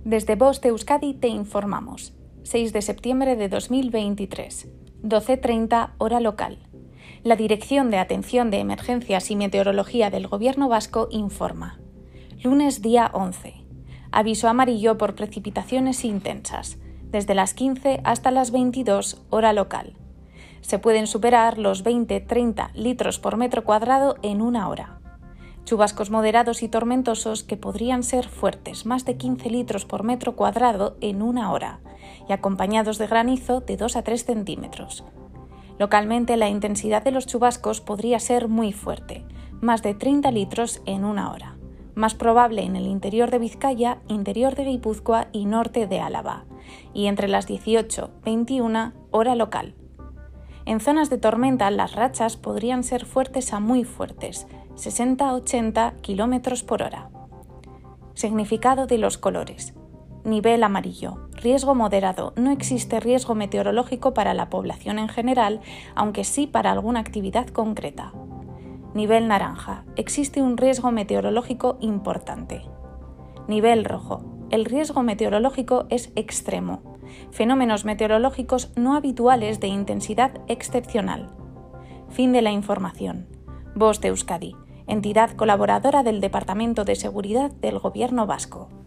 Desde Voz de Euskadi te informamos. 6 de septiembre de 2023, 12:30 hora local. La Dirección de Atención de Emergencias y Meteorología del Gobierno Vasco informa. Lunes día 11. Aviso amarillo por precipitaciones intensas, desde las 15 hasta las 22 hora local. Se pueden superar los 20-30 litros por metro cuadrado en una hora. Chubascos moderados y tormentosos que podrían ser fuertes, más de 15 litros por metro cuadrado en una hora, y acompañados de granizo de 2 a 3 centímetros. Localmente la intensidad de los chubascos podría ser muy fuerte, más de 30 litros en una hora, más probable en el interior de Vizcaya, interior de Guipúzcoa y norte de Álava, y entre las 18-21 hora local. En zonas de tormenta las rachas podrían ser fuertes a muy fuertes, 60-80 km por hora. Significado de los colores. Nivel amarillo. Riesgo moderado. No existe riesgo meteorológico para la población en general, aunque sí para alguna actividad concreta. Nivel naranja. Existe un riesgo meteorológico importante. Nivel rojo. El riesgo meteorológico es extremo. Fenómenos meteorológicos no habituales de intensidad excepcional. Fin de la información. Voz de Euskadi, entidad colaboradora del Departamento de Seguridad del Gobierno Vasco.